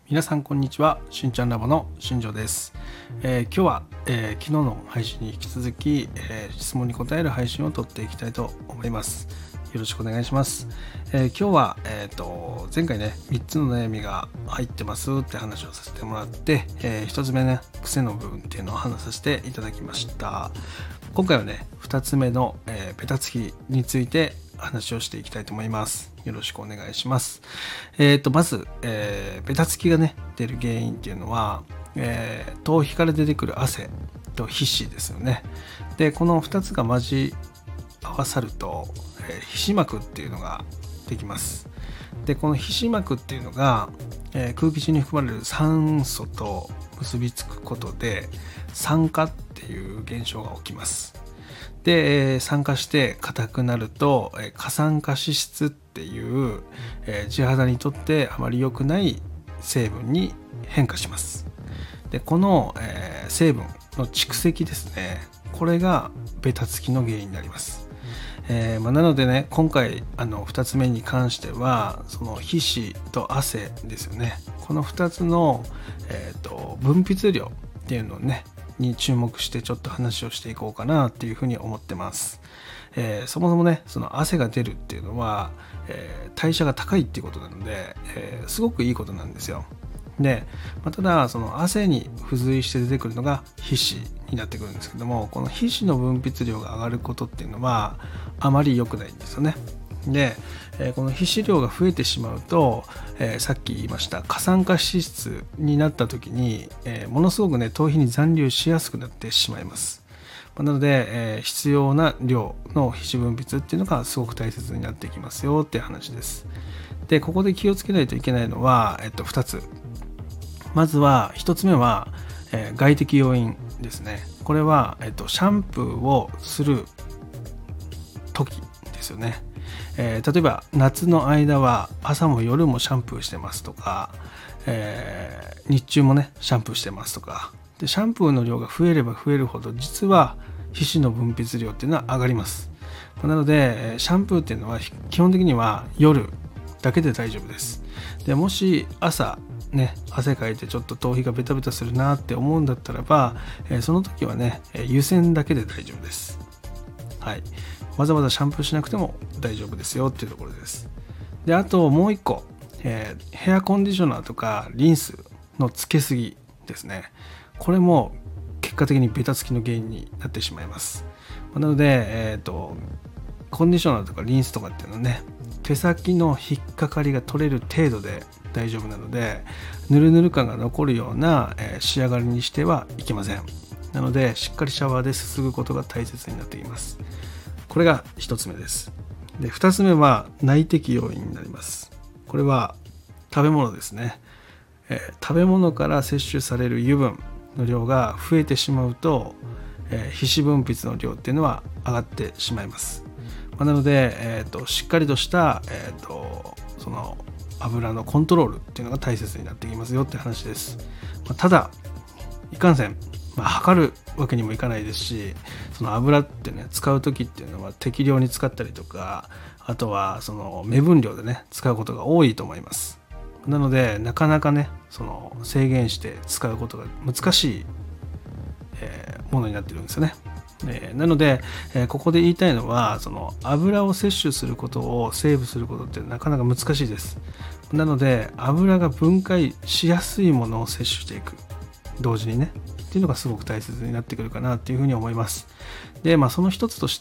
皆さんこんにちは。しんちゃんラボの新庄です。今日は、昨日の配信に引き続き、質問に答える配信を撮っていきたいと思います。よろしくお願いします。今日は、前回ね3つの悩みが入ってますって話をさせてもらって、1つ目ね癖の部分っていうのを話させていただきました。今回はね2つ目の、ベタつきについて話をしていきたいと思います。よろしくお願いします。まず、ベタつきがね出る原因っていうのは、頭皮から出てくる汗と皮脂ですよね。でこの2つが交合わさると、皮脂膜っていうのができます。でこの皮脂膜っていうのが、空気中に含まれる酸素と結びつくことで酸化っていう現象が起きます。で酸化して硬くなると過酸化脂質っていう、地肌にとってあまり良くない成分に変化します。でこの、成分の蓄積ですね、これがベタつきの原因になります。なのでね今回2つ目に関してはその皮脂と汗ですよね。この2つの、分泌量っていうのをねに注目してちょっと話をしていこうかなっていうふうに思ってます。そもそもねその汗が出るっていうのは、代謝が高いっていうことなので、すごくいいことなんですよ。で、ただその汗に付随して出てくるのが皮脂になってくるんですけども、この皮脂の分泌量が上がることっていうのはあまり良くないんですよね。で、この皮脂量が増えてしまうと、さっき言いました過酸化脂質になった時に、ものすごくね頭皮に残留しやすくなってしまいます。なので、必要な量の皮脂分泌っていうのがすごく大切になってきますよっていう話です。でここで気をつけないといけないのは、2つ。まずは1つ目は、外的要因ですね。これは、シャンプーをする時ですよね。例えば夏の間は朝も夜もシャンプーしてますとか、日中もねシャンプーしてますとかで、シャンプーの量が増えれば増えるほど実は皮脂の分泌量っていうのは上がります。なのでシャンプーっていうのは基本的には夜だけで大丈夫です。でもし朝ね汗かいてちょっと頭皮がベタベタするなって思うんだったらば、その時はね湯煎だけで大丈夫です。はい、わざわざシャンプーしなくても大丈夫ですよっていうところです。であともう一個、ヘアコンディショナーとかリンスのつけすぎですね。これも結果的にベタつきの原因になってしまいます。なので、コンディショナーとかリンスとかっていうのはね手先の引っかかりが取れる程度で大丈夫なので、ヌルヌル感が残るような、仕上がりにしてはいけません。なのでしっかりシャワーですすぐことが大切になっています。これが1つ目です。で2つ目は内的要因になります。これは食べ物ですね。食べ物から摂取される油分の量が増えてしまうと、皮脂分泌の量っていうのは上がってしまいます。なので、しっかりとした、その油のコントロールっていうのが大切になってきますよって話です。ただいかんせん測るわけにもいかないですし、その油ってね使う時っていうのは適量に使ったりとか、あとはその目分量でね使うことが多いと思います。なのでなかなかねその制限して使うことが難しい、ものになってるんですよね。なので、ここで言いたいのはその油を摂取することをセーブすることってなかなか難しいです。なので油が分解しやすいものを摂取していく同時にねっていうのがすごく大切になってくるかなっていうふうに思います。でその一つとして、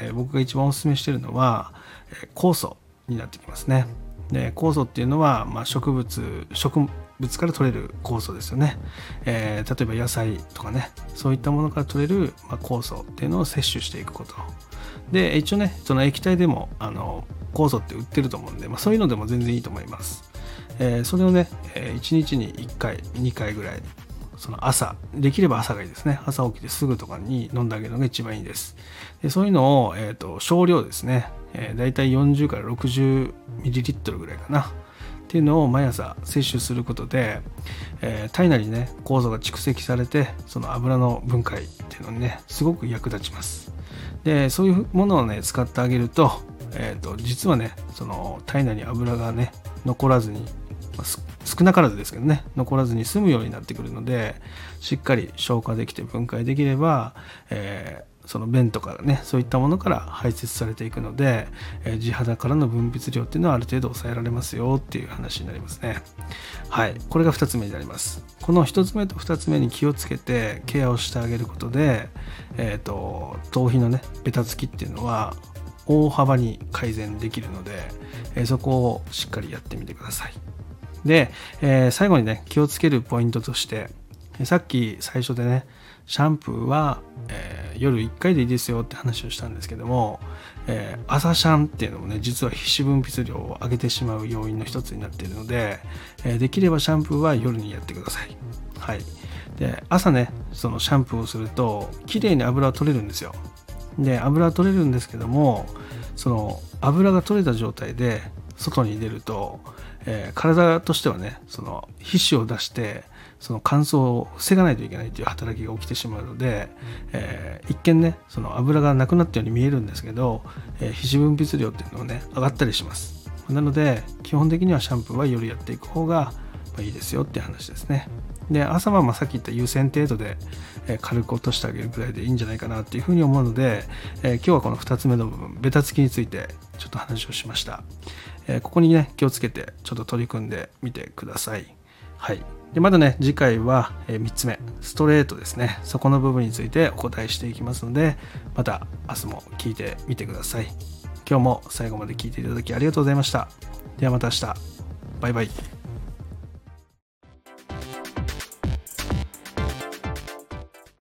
僕が一番お勧めしているのは、酵素になってきますね。で酵素っていうのは、植物から取れる酵素ですよね。例えば野菜とかねそういったものから取れる、酵素っていうのを摂取していくことで、一応ねその液体でも酵素って売ってると思うんで、そういうのでも全然いいと思います。それをね1日に1回2回ぐらいその朝できれば朝がいいですね。朝起きてすぐとかに飲んであげるのが一番いいです。でそういうのを、少量ですね、だいたい40から60ミリリットルぐらいかなっていうのを毎朝摂取することで、体内にね酵素が蓄積されてその油の分解っていうのにねすごく役立ちます。でそういうものをね使ってあげると、実はねその体内に油がね残らずに少なからずですけどね、残らずに済むようになってくるので、しっかり消化できて分解できれば、その便とかね、そういったものから排泄されていくので、地肌からの分泌量っていうのはある程度抑えられますよっていう話になりますね。はい、これが2つ目になります。この1つ目と2つ目に気をつけてケアをしてあげることで、頭皮のねベタつきっていうのは大幅に改善できるので、そこをしっかりやってみてください。で、最後にね気をつけるポイントとして、さっき最初でねシャンプーは、夜1回でいいですよって話をしたんですけども、朝シャンっていうのもね実は皮脂分泌量を上げてしまう要因の一つになっているので、できればシャンプーは夜にやってください。はい。で、朝ねそのシャンプーをするときれいに油は取れるんですよ。で、油は取れるんですけども、その油が取れた状態で外に出ると、体としてはねその皮脂を出してその乾燥を防がないといけないという働きが起きてしまうので、一見ねその油がなくなったように見えるんですけど、皮脂分泌量っていうのはね上がったりします。なので基本的にはシャンプーは夜やっていく方がいいですよっていう話ですね。で、朝はさっき言った優先程度で軽く落としてあげるぐらいでいいんじゃないかなっていうふうに思うので、今日はこの2つ目の部分ベタつきについてちょっと話をしました。ここにね気をつけてちょっと取り組んでみてください。はい。で、まだね次回は3つ目ストレートですね、そこの部分についてお答えしていきますので、また明日も聞いてみてください。今日も最後まで聞いていただきありがとうございました。ではまた明日。バイバイ。